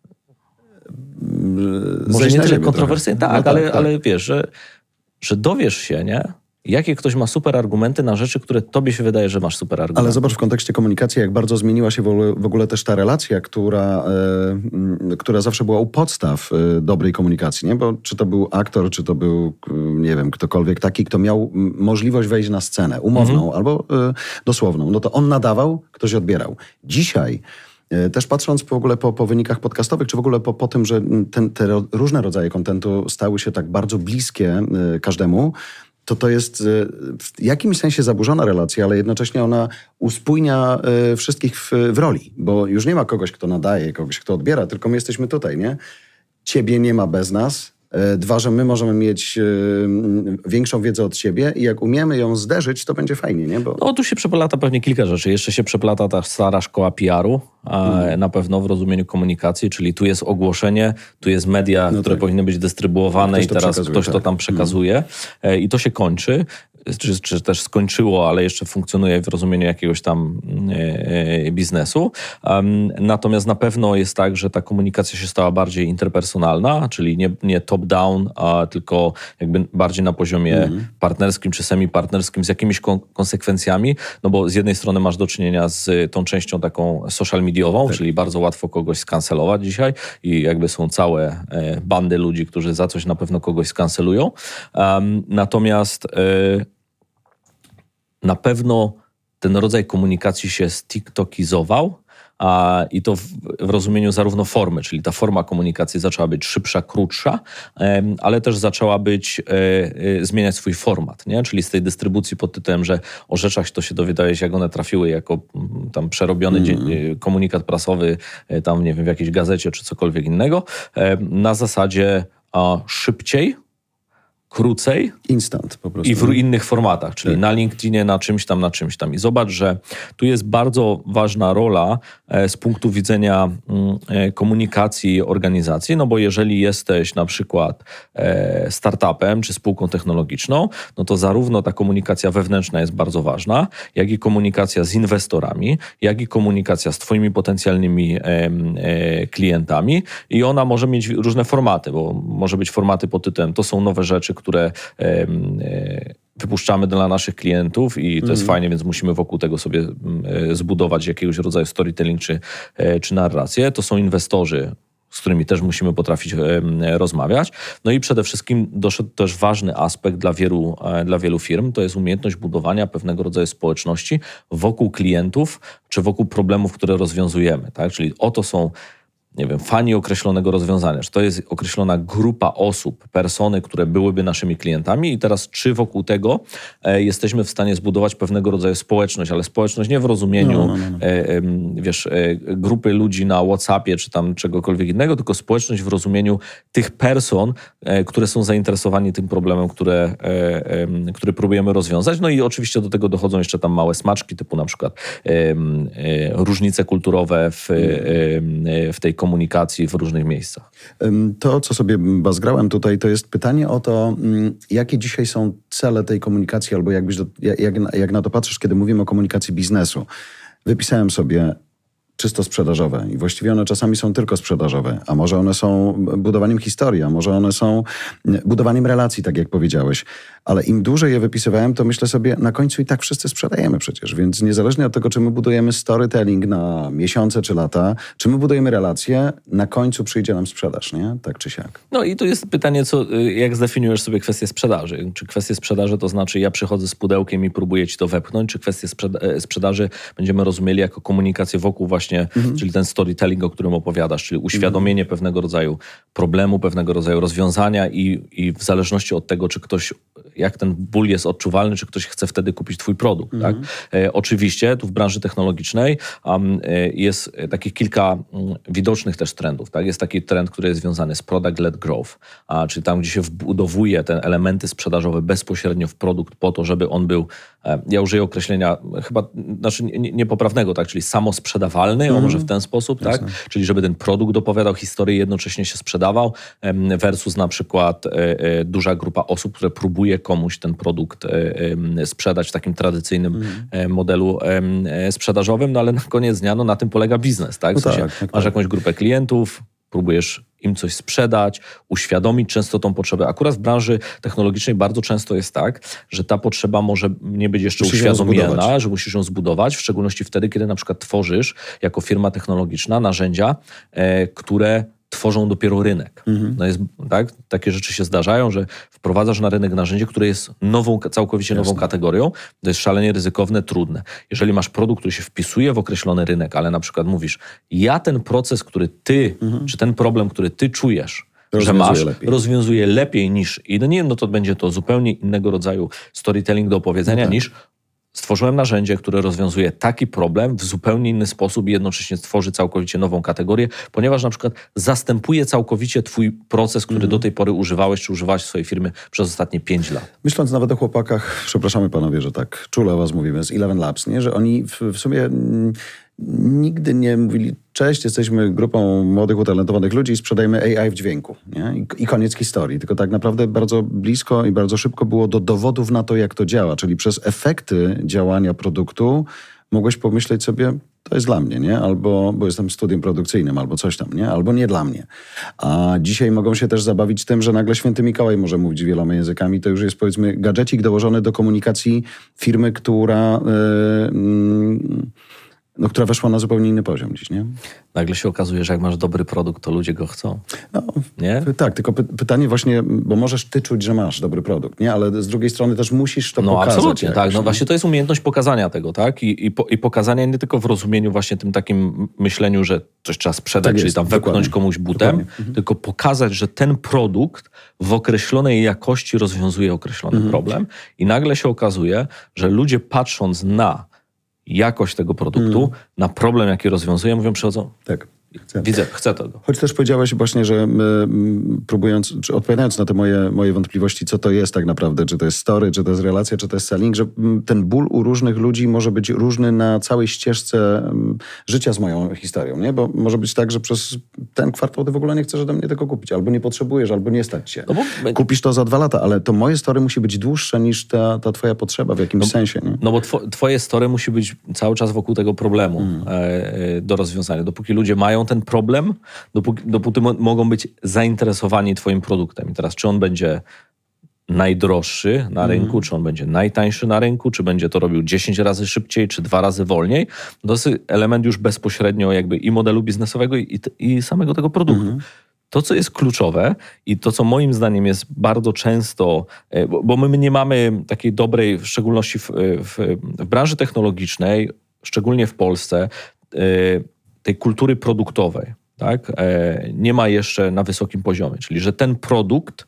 może nie tyle kontrowersyjne, tak, ale wiesz, że dowiesz się, nie? Jakie ktoś ma super argumenty na rzeczy, które tobie się wydaje, że masz super argumenty. Ale zobacz w kontekście komunikacji, jak bardzo zmieniła się w ogóle też ta relacja, która zawsze była u podstaw dobrej komunikacji, nie? Bo czy to był aktor, czy to był, nie wiem, ktokolwiek taki, kto miał możliwość wejść na scenę, umowną albo dosłowną, no to on nadawał, ktoś odbierał. Dzisiaj też patrząc w ogóle po wynikach podcastowych, czy w ogóle po tym, że te różne rodzaje kontentu stały się tak bardzo bliskie każdemu, to jest w jakimś sensie zaburzona relacja, ale jednocześnie ona uspójnia wszystkich w roli, bo już nie ma kogoś, kto nadaje, kogoś, kto odbiera, tylko my jesteśmy tutaj, nie? Ciebie nie ma bez nas, Dwa, że my możemy mieć większą wiedzę od siebie i jak umiemy ją zderzyć, to będzie fajnie, nie? No tu się przeplata pewnie kilka rzeczy. Jeszcze się przeplata ta stara szkoła PR-u, na pewno w rozumieniu komunikacji, czyli tu jest ogłoszenie, tu jest media, które powinny być dystrybuowane i teraz ktoś to tam przekazuje i to się kończy. Czy też skończyło, ale jeszcze funkcjonuje w rozumieniu jakiegoś tam biznesu. Natomiast na pewno jest tak, że ta komunikacja się stała bardziej interpersonalna, czyli nie top-down, tylko jakby bardziej na poziomie partnerskim czy semi-partnerskim z jakimiś konsekwencjami, no bo z jednej strony masz do czynienia z tą częścią taką social mediową, czyli bardzo łatwo kogoś skancelować dzisiaj i jakby są całe bandy ludzi, którzy za coś na pewno kogoś skancelują. Natomiast na pewno ten rodzaj komunikacji się stiktokizował i to w rozumieniu zarówno formy, czyli ta forma komunikacji zaczęła być szybsza, krótsza, ale też zaczęła zmieniać swój format, nie? Czyli z tej dystrybucji pod tytułem, że o rzeczach to się dowiadałeś, jak one trafiły jako tam przerobiony komunikat prasowy, tam nie wiem, w jakiejś gazecie czy cokolwiek innego, na zasadzie szybciej, krócej instant po prostu. I w innych formatach, czyli na LinkedInie, na czymś tam. I zobacz, że tu jest bardzo ważna rola z punktu widzenia komunikacji organizacji, no bo jeżeli jesteś na przykład startupem czy spółką technologiczną, no to zarówno ta komunikacja wewnętrzna jest bardzo ważna, jak i komunikacja z inwestorami, jak i komunikacja z twoimi potencjalnymi klientami i ona może mieć różne formaty, bo może być formaty pod tytułem to są nowe rzeczy, które wypuszczamy dla naszych klientów i to jest fajnie, więc musimy wokół tego sobie zbudować jakiegoś rodzaju storytelling czy narrację. To są inwestorzy, z którymi też musimy potrafić rozmawiać. No i przede wszystkim doszedł też ważny aspekt dla wielu firm, to jest umiejętność budowania pewnego rodzaju społeczności wokół klientów czy wokół problemów, które rozwiązujemy. Tak? Czyli oto są fani określonego rozwiązania, czy to jest określona grupa osób, persony, które byłyby naszymi klientami i teraz czy wokół tego jesteśmy w stanie zbudować pewnego rodzaju społeczność, ale społeczność nie w rozumieniu grupy ludzi na WhatsAppie, czy tam czegokolwiek innego, tylko społeczność w rozumieniu tych person, które są zainteresowani tym problemem, który próbujemy rozwiązać. No i oczywiście do tego dochodzą jeszcze tam małe smaczki, typu na przykład różnice kulturowe w tej komunikacji w różnych miejscach. To, co sobie bazgrałem tutaj, to jest pytanie o to, jakie dzisiaj są cele tej komunikacji, albo jak na to patrzysz, kiedy mówimy o komunikacji biznesu. Wypisałem sobie czysto sprzedażowe i właściwie one czasami są tylko sprzedażowe, a może one są budowaniem historii, a może one są budowaniem relacji, tak jak powiedziałeś. Ale im dłużej je wypisywałem, to myślę sobie, na końcu i tak wszyscy sprzedajemy przecież, więc niezależnie od tego, czy my budujemy storytelling na miesiące czy lata, czy my budujemy relacje, na końcu przyjdzie nam sprzedaż, nie? Tak czy siak. No i tu jest pytanie, jak zdefiniujesz sobie kwestię sprzedaży? Czy kwestię sprzedaży to znaczy ja przychodzę z pudełkiem i próbuję ci to wepchnąć, czy kwestię sprzedaży będziemy rozumieli jako komunikację wokół właśnie, czyli ten storytelling, o którym opowiadasz, czyli uświadomienie pewnego rodzaju problemu, pewnego rodzaju rozwiązania i w zależności od tego, czy ktoś, jak ten ból jest odczuwalny, czy ktoś chce wtedy kupić twój produkt. Tak? Oczywiście tu w branży technologicznej jest takich kilka widocznych też trendów. Tak? Jest taki trend, który jest związany z product-led growth, czyli tam, gdzie się wbudowuje te elementy sprzedażowe bezpośrednio w produkt po to, żeby on był, ja użyję określenia chyba, znaczy niepoprawnego, tak? Czyli samosprzedawalny, może w ten sposób, tak? Czyli żeby ten produkt opowiadał historię i jednocześnie się sprzedawał versus na przykład duża grupa osób, które próbuje komuś ten produkt sprzedać w takim tradycyjnym modelu sprzedażowym, no ale na koniec dnia na tym polega biznes, tak? W sensie, masz jakąś grupę klientów, próbujesz im coś sprzedać, uświadomić często tą potrzebę. Akurat w branży technologicznej bardzo często jest tak, że ta potrzeba może nie być jeszcze uświadomiona, że musisz ją zbudować, w szczególności wtedy, kiedy na przykład tworzysz jako firma technologiczna narzędzia, które tworzą dopiero rynek. No jest, tak? Takie rzeczy się zdarzają, że wprowadzasz na rynek narzędzie, które jest całkowicie nową kategorią. To jest szalenie ryzykowne, trudne. Jeżeli masz produkt, który się wpisuje w określony rynek, ale na przykład mówisz, ja ten proces, który ty, czy ten problem, który ty czujesz, że masz, rozwiązuje lepiej niż inni, no to będzie to zupełnie innego rodzaju storytelling do opowiedzenia niż stworzyłem narzędzie, które rozwiązuje taki problem w zupełnie inny sposób i jednocześnie tworzy całkowicie nową kategorię, ponieważ na przykład zastępuje całkowicie twój proces, który do tej pory używałeś czy używałeś w swojej firmie przez ostatnie 5 lat. Myśląc nawet o chłopakach, przepraszamy panowie, że tak czule o was mówimy, z 11 Labs, nie? Że oni w sumie nigdy nie mówili, cześć, jesteśmy grupą młodych, utalentowanych ludzi i sprzedajemy AI w dźwięku. Nie? I koniec historii. Tylko tak naprawdę bardzo blisko i bardzo szybko było do dowodów na to, jak to działa. Czyli przez efekty działania produktu mogłeś pomyśleć sobie, to jest dla mnie, nie? Albo, bo jestem studiem produkcyjnym, albo coś tam, nie? Albo nie dla mnie. A dzisiaj mogą się też zabawić tym, że nagle Święty Mikołaj może mówić wieloma językami. To już jest, powiedzmy, gadżecik dołożony do komunikacji firmy, która weszła na zupełnie inny poziom dziś, nie? Nagle się okazuje, że jak masz dobry produkt, to ludzie go chcą. No, nie? Tak, tylko pytanie właśnie, bo możesz ty czuć, że masz dobry produkt, nie? Ale z drugiej strony też musisz to pokazać. Absolutnie, jakoś, tak. No właśnie to jest umiejętność pokazania tego, tak? I pokazania nie tylko w rozumieniu właśnie tym takim myśleniu, że coś trzeba sprzedać, Tak czyli tam wepchnąć komuś butem, tylko pokazać, że ten produkt w określonej jakości rozwiązuje określony problem i nagle się okazuje, że ludzie patrząc na jakość tego produktu, na problem, jaki rozwiązuje, mówią, przychodzą, tak. Chcę tego. Choć też powiedziałeś właśnie, że próbując, czy odpowiadając na te moje wątpliwości, co to jest tak naprawdę, czy to jest story, czy to jest relacja, czy to jest selling, że ten ból u różnych ludzi może być różny na całej ścieżce życia z moją historią, nie? Bo może być tak, że przez ten kwartał ty w ogóle nie chcesz ode mnie tego kupić, albo nie potrzebujesz, albo nie stać się. Kupisz to za 2 lata, ale to moje story musi być dłuższe niż ta twoja potrzeba w jakimś sensie, nie? No bo twoje story musi być cały czas wokół tego problemu do rozwiązania. Dopóki ludzie mają ten problem, dopóty mogą być zainteresowani twoim produktem. I teraz, czy on będzie najdroższy na rynku, czy on będzie najtańszy na rynku, czy będzie to robił 10 razy szybciej, czy 2 razy wolniej, to jest element już bezpośrednio jakby i modelu biznesowego, i samego tego produktu. To, co jest kluczowe i to, co moim zdaniem jest bardzo często, bo my nie mamy takiej dobrej, w szczególności w branży technologicznej, szczególnie w Polsce, tej kultury produktowej, tak? Nie ma jeszcze na wysokim poziomie. Czyli, że ten produkt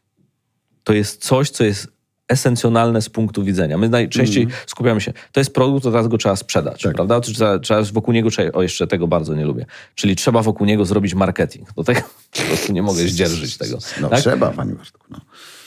to jest coś, co jest esencjonalne z punktu widzenia. My najczęściej skupiamy się, to jest produkt, to teraz go trzeba sprzedać, tak. Prawda? Trzeba wokół niego, jeszcze tego bardzo nie lubię, czyli trzeba wokół niego zrobić marketing. Do tego po prostu nie mogę zdzierżyć tego. No tak? Trzeba, panie Bartku. No.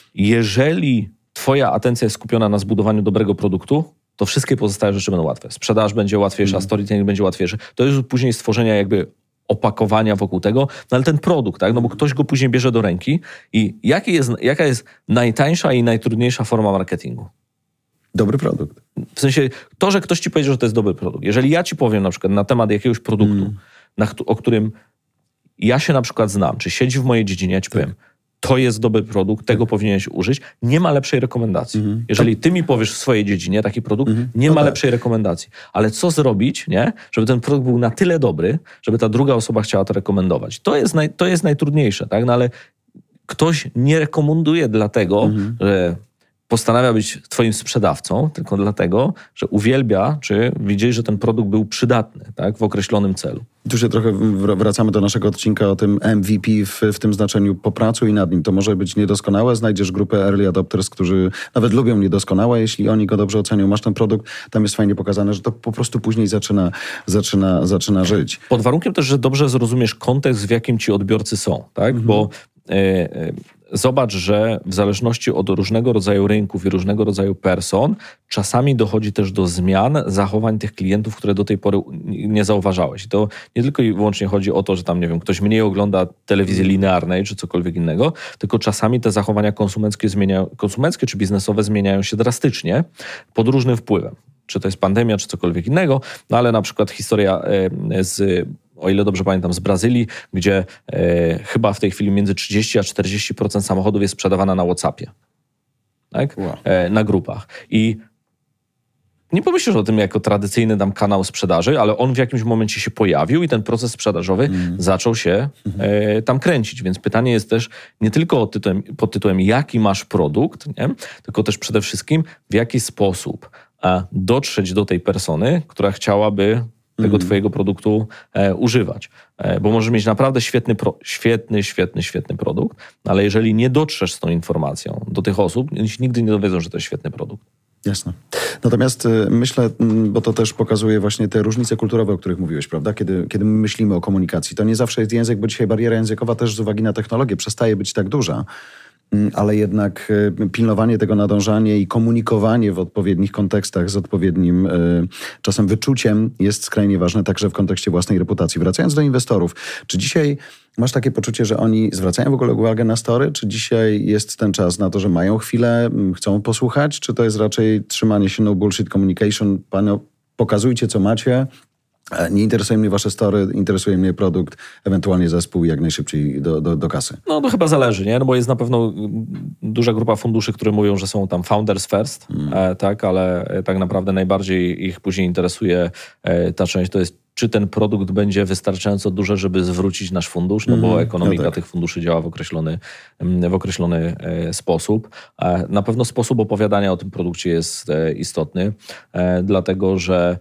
Jeżeli twoja atencja jest skupiona na zbudowaniu dobrego produktu, to wszystkie pozostałe rzeczy będą łatwe. Sprzedaż będzie łatwiejsza, storytelling będzie łatwiejszy. To jest później stworzenia jakby opakowania wokół tego, no ale ten produkt, tak? No bo ktoś go później bierze do ręki i jaka jest najtańsza i najtrudniejsza forma marketingu? Dobry produkt. W sensie to, że ktoś ci powie, że to jest dobry produkt. Jeżeli ja ci powiem na przykład na temat jakiegoś produktu, o którym ja się na przykład znam, czy siedzi w mojej dziedzinie, ja ci powiem, to jest dobry produkt, tego powinieneś użyć, nie ma lepszej rekomendacji. Jeżeli ty mi powiesz w swojej dziedzinie taki produkt, nie ma lepszej rekomendacji. Ale co zrobić, nie? Żeby ten produkt był na tyle dobry, żeby ta druga osoba chciała to rekomendować. To jest najtrudniejsze, tak? No ale ktoś nie rekomenduje dlatego, że postanawia być twoim sprzedawcą, tylko dlatego, że uwielbia, czy widzi, że ten produkt był przydatny, tak? W określonym celu. Tu się trochę wracamy do naszego odcinka o tym MVP w tym znaczeniu popracuj nad nim. To może być niedoskonałe, znajdziesz grupę early adopters, którzy nawet lubią niedoskonałe, jeśli oni go dobrze ocenią, masz ten produkt, tam jest fajnie pokazane, że to po prostu później zaczyna żyć. Pod warunkiem też, że dobrze zrozumiesz kontekst, w jakim ci odbiorcy są, tak? Bo zobacz, że w zależności od różnego rodzaju rynków i różnego rodzaju person, czasami dochodzi też do zmian zachowań tych klientów, które do tej pory nie zauważałeś. I to nie tylko i wyłącznie chodzi o to, że tam, nie wiem, ktoś mniej ogląda telewizji linearnej czy cokolwiek innego, tylko czasami te zachowania konsumenckie czy biznesowe zmieniają się drastycznie pod różnym wpływem. Czy to jest pandemia, czy cokolwiek innego, no ale na przykład historia o ile dobrze pamiętam, z Brazylii, gdzie chyba w tej chwili między 30 a 40% samochodów jest sprzedawana na WhatsAppie. Tak? Wow. Na grupach. I nie pomyślisz o tym jako tradycyjny tam kanał sprzedaży, ale on w jakimś momencie się pojawił i ten proces sprzedażowy zaczął się tam kręcić. Więc pytanie jest też nie tylko pod tytułem jaki masz produkt, nie? Tylko też przede wszystkim w jaki sposób dotrzeć do tej persony, która chciałaby tego twojego produktu używać. Bo możesz mieć naprawdę świetny produkt, ale jeżeli nie dotrzesz z tą informacją do tych osób, nigdy nie dowiedzą, że to jest świetny produkt. Jasne. Natomiast myślę, bo to też pokazuje właśnie te różnice kulturowe, o których mówiłeś, prawda? Kiedy my myślimy o komunikacji, to nie zawsze jest język, bo dzisiaj bariera językowa też z uwagi na technologię przestaje być tak duża. Ale jednak pilnowanie tego, nadążanie i komunikowanie w odpowiednich kontekstach z odpowiednim czasem wyczuciem jest skrajnie ważne także w kontekście własnej reputacji. Wracając do inwestorów, czy dzisiaj masz takie poczucie, że oni zwracają w ogóle uwagę na story? Czy dzisiaj jest ten czas na to, że mają chwilę, chcą posłuchać? Czy to jest raczej trzymanie się no bullshit communication? Panie, pokazujcie co macie. Nie interesuje mnie wasze story, interesuje mnie produkt, ewentualnie zespół i jak najszybciej do kasy. No to chyba zależy, nie? No bo jest na pewno duża grupa funduszy, które mówią, że są tam founders first, tak, ale tak naprawdę najbardziej ich później interesuje ta część, to jest czy ten produkt będzie wystarczająco duży, żeby zwrócić nasz fundusz, no bo ekonomika tych funduszy działa w określony sposób. Na pewno sposób opowiadania o tym produkcie jest istotny, dlatego że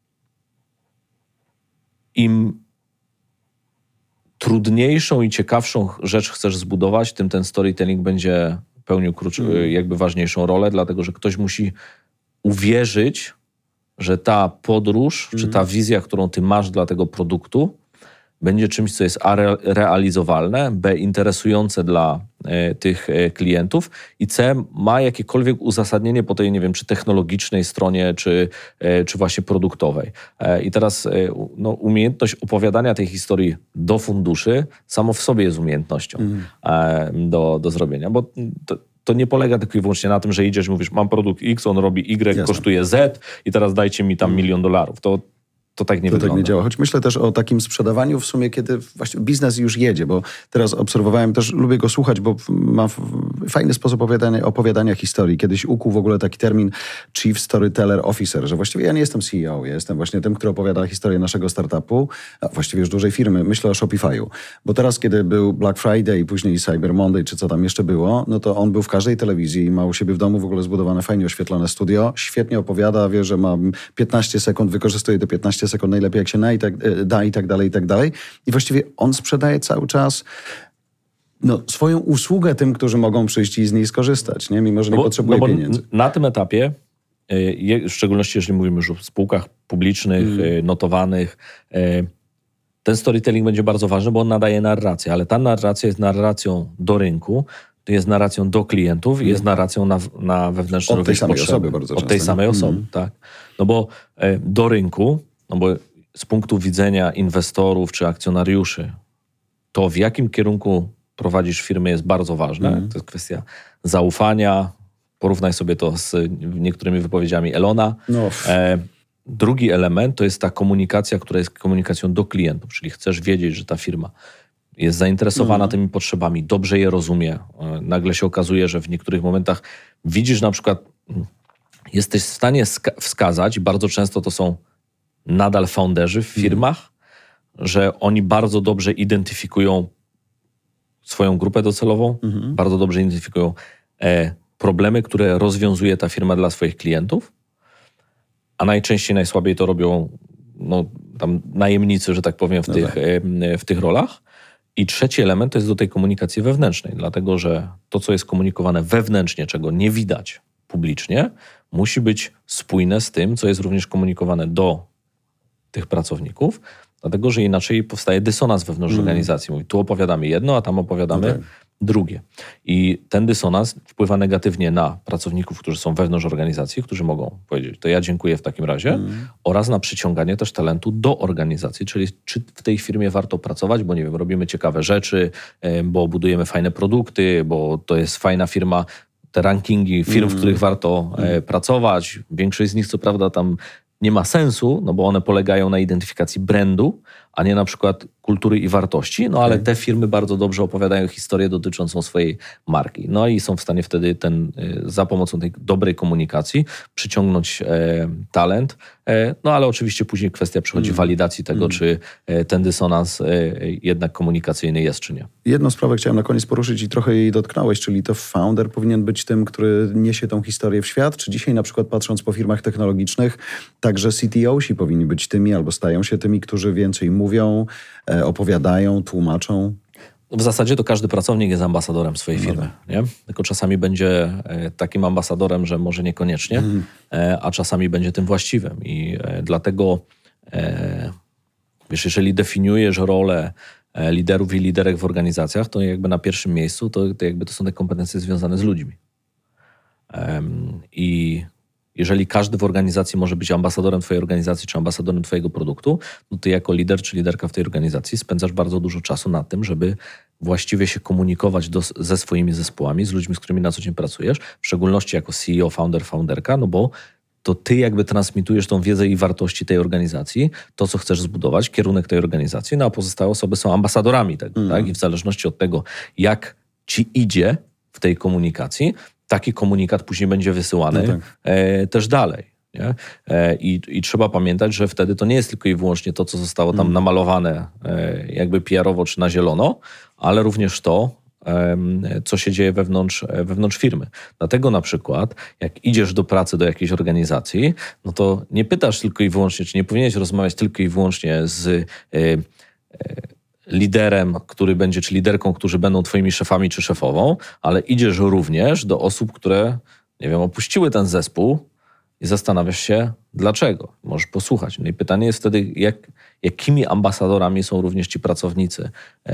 im trudniejszą i ciekawszą rzecz chcesz zbudować, tym ten storytelling będzie pełnił jakby ważniejszą rolę, dlatego że ktoś musi uwierzyć, że ta podróż, czy ta wizja, którą ty masz dla tego produktu, będzie czymś, co jest A, realizowalne, B, interesujące dla tych klientów i C, ma jakiekolwiek uzasadnienie po tej, nie wiem, czy technologicznej stronie, czy właśnie produktowej. I teraz no, umiejętność opowiadania tej historii do funduszy samo w sobie jest umiejętnością do zrobienia, bo to nie polega tylko i wyłącznie na tym, że idziesz i mówisz, mam produkt X, on robi Y, jasne, kosztuje Z i teraz dajcie mi tam $1 milion. To tak nie wygląda. Tak nie działa. Choć myślę też o takim sprzedawaniu w sumie, kiedy właśnie biznes już jedzie, bo teraz obserwowałem, też lubię go słuchać, bo ma fajny sposób opowiadania historii. Kiedyś ukuł w ogóle taki termin Chief Storyteller Officer, że właściwie ja nie jestem CEO, ja jestem właśnie tym, który opowiada historię naszego startupu, a właściwie już dużej firmy. Myślę o Shopify'u. Bo teraz, kiedy był Black Friday i później Cyber Monday, czy co tam jeszcze było, no to on był w każdej telewizji i ma u siebie w domu w ogóle zbudowane, fajnie oświetlone studio, świetnie opowiada, wie, że ma 15 sekund, wykorzystuje te 15 sekund najlepiej jak się da i tak dalej, i tak dalej. I właściwie on sprzedaje cały czas swoją usługę tym, którzy mogą przyjść i z niej skorzystać, nie? Mimo że nie potrzebuje pieniędzy. Na tym etapie, w szczególności jeżeli mówimy już o spółkach publicznych, notowanych, ten storytelling będzie bardzo ważny, bo on nadaje narrację, ale ta narracja jest narracją do rynku, jest narracją do klientów i jest narracją na wewnętrzne od tej samej osoby bardzo często. Od tej samej osoby, tak. No bo do rynku, no bo z punktu widzenia inwestorów czy akcjonariuszy, to w jakim kierunku prowadzisz firmę jest bardzo ważne. To jest kwestia zaufania. Porównaj sobie to z niektórymi wypowiedziami Elona. Drugi element to jest ta komunikacja, która jest komunikacją do klientów, czyli chcesz wiedzieć, że ta firma jest zainteresowana tymi potrzebami, dobrze je rozumie. Nagle się okazuje, że w niektórych momentach widzisz na przykład, jesteś w stanie wskazać, bardzo często to są nadal founderzy w firmach, że oni bardzo dobrze identyfikują swoją grupę docelową, bardzo dobrze identyfikują problemy, które rozwiązuje ta firma dla swoich klientów, a najczęściej, najsłabiej to robią tam najemnicy, że tak powiem, w tych rolach. I trzeci element to jest do tej komunikacji wewnętrznej, dlatego że to, co jest komunikowane wewnętrznie, czego nie widać publicznie, musi być spójne z tym, co jest również komunikowane do tych pracowników, dlatego że inaczej powstaje dysonans wewnątrz organizacji. Mówi, tu opowiadamy jedno, a tam opowiadamy drugie. I ten dysonans wpływa negatywnie na pracowników, którzy są wewnątrz organizacji, którzy mogą powiedzieć, to ja dziękuję w takim razie, oraz na przyciąganie też talentu do organizacji, czyli czy w tej firmie warto pracować, bo nie wiem, robimy ciekawe rzeczy, bo budujemy fajne produkty, bo to jest fajna firma, te rankingi firm, w których warto pracować. Większość z nich, co prawda, tam nie ma sensu, no bo one polegają na identyfikacji brandu, a nie na przykład kultury i wartości, no ale te firmy bardzo dobrze opowiadają historię dotyczącą swojej marki. No i są w stanie wtedy za pomocą tej dobrej komunikacji przyciągnąć talent. No ale oczywiście później kwestia przychodzi walidacji tego, czy ten dysonans jednak komunikacyjny jest, czy nie. Jedną sprawę chciałem na koniec poruszyć i trochę jej dotknąłeś, czyli to founder powinien być tym, który niesie tą historię w świat, czy dzisiaj na przykład patrząc po firmach technologicznych, także CTO-si powinni być tymi albo stają się tymi, którzy więcej mówią, opowiadają, tłumaczą? W zasadzie to każdy pracownik jest ambasadorem swojej firmy, nie? Tylko czasami będzie takim ambasadorem, że może niekoniecznie, a czasami będzie tym właściwym. I dlatego, wiesz, jeżeli definiujesz rolę liderów i liderek w organizacjach, to jakby na pierwszym miejscu to jakby to są te kompetencje związane z ludźmi. I jeżeli każdy w organizacji może być ambasadorem twojej organizacji czy ambasadorem twojego produktu, to ty jako lider czy liderka w tej organizacji spędzasz bardzo dużo czasu na tym, żeby właściwie się komunikować ze swoimi zespołami, z ludźmi, z którymi na co dzień pracujesz, w szczególności jako CEO, founderka, no bo to ty jakby transmitujesz tą wiedzę i wartości tej organizacji, to co chcesz zbudować, kierunek tej organizacji, no a pozostałe osoby są ambasadorami tego, tak? I w zależności od tego, jak ci idzie w tej komunikacji, taki komunikat później będzie wysyłany też dalej. Nie? I trzeba pamiętać, że wtedy to nie jest tylko i wyłącznie to, co zostało tam namalowane jakby PR-owo czy na zielono, ale również to, co się dzieje wewnątrz firmy. Dlatego na przykład, jak idziesz do pracy do jakiejś organizacji, no to nie pytasz tylko i wyłącznie, czy nie powinieneś rozmawiać tylko i wyłącznie z liderem, który będzie, czy liderką, którzy będą twoimi szefami czy szefową, ale idziesz również do osób, które, nie wiem, opuściły ten zespół i zastanawiasz się, dlaczego. Możesz posłuchać. No i pytanie jest wtedy, jakimi ambasadorami są również ci pracownicy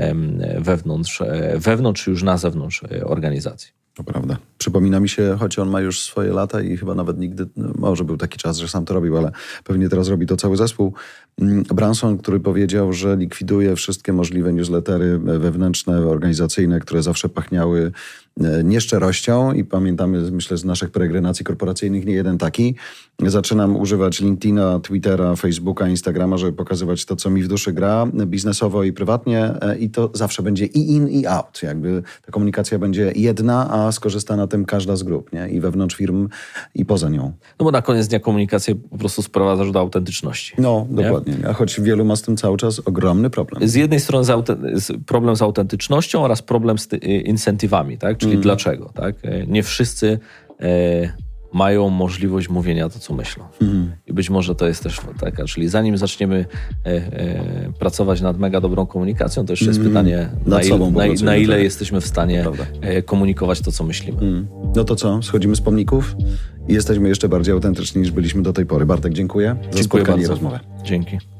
wewnątrz czy już na zewnątrz organizacji. To prawda. Przypomina mi się, choć on ma już swoje lata i chyba nawet nigdy, może był taki czas, że sam to robił, ale pewnie teraz robi to cały zespół. Branson, który powiedział, że likwiduje wszystkie możliwe newslettery wewnętrzne, organizacyjne, które zawsze pachniały nieszczerością i pamiętamy, myślę, z naszych peregrinacji korporacyjnych nie jeden taki. Zaczynam używać LinkedIna, Twittera, Facebooka, Instagrama, żeby pokazywać to, co mi w duszy gra, biznesowo i prywatnie i to zawsze będzie i in, i out. Jakby ta komunikacja będzie jedna, a skorzysta na tym każda z grup, nie? I wewnątrz firm, i poza nią. No bo na koniec dnia komunikację po prostu sprowadzasz do autentyczności. No, dokładnie. A choć wielu ma z tym cały czas ogromny problem. Z jednej strony problem z autentycznością oraz problem z incentywami, tak? Czyli dlaczego, tak? Nie wszyscy mają możliwość mówienia to, co myślą. I być może to jest też taka, czyli zanim zaczniemy pracować nad mega dobrą komunikacją, to jeszcze jest pytanie, na ile jesteśmy w stanie komunikować to, co myślimy. No to co? Schodzimy z pomników i jesteśmy jeszcze bardziej autentyczni, niż byliśmy do tej pory. Bartek, dziękuję za spotkanie i rozmowę. Dzięki.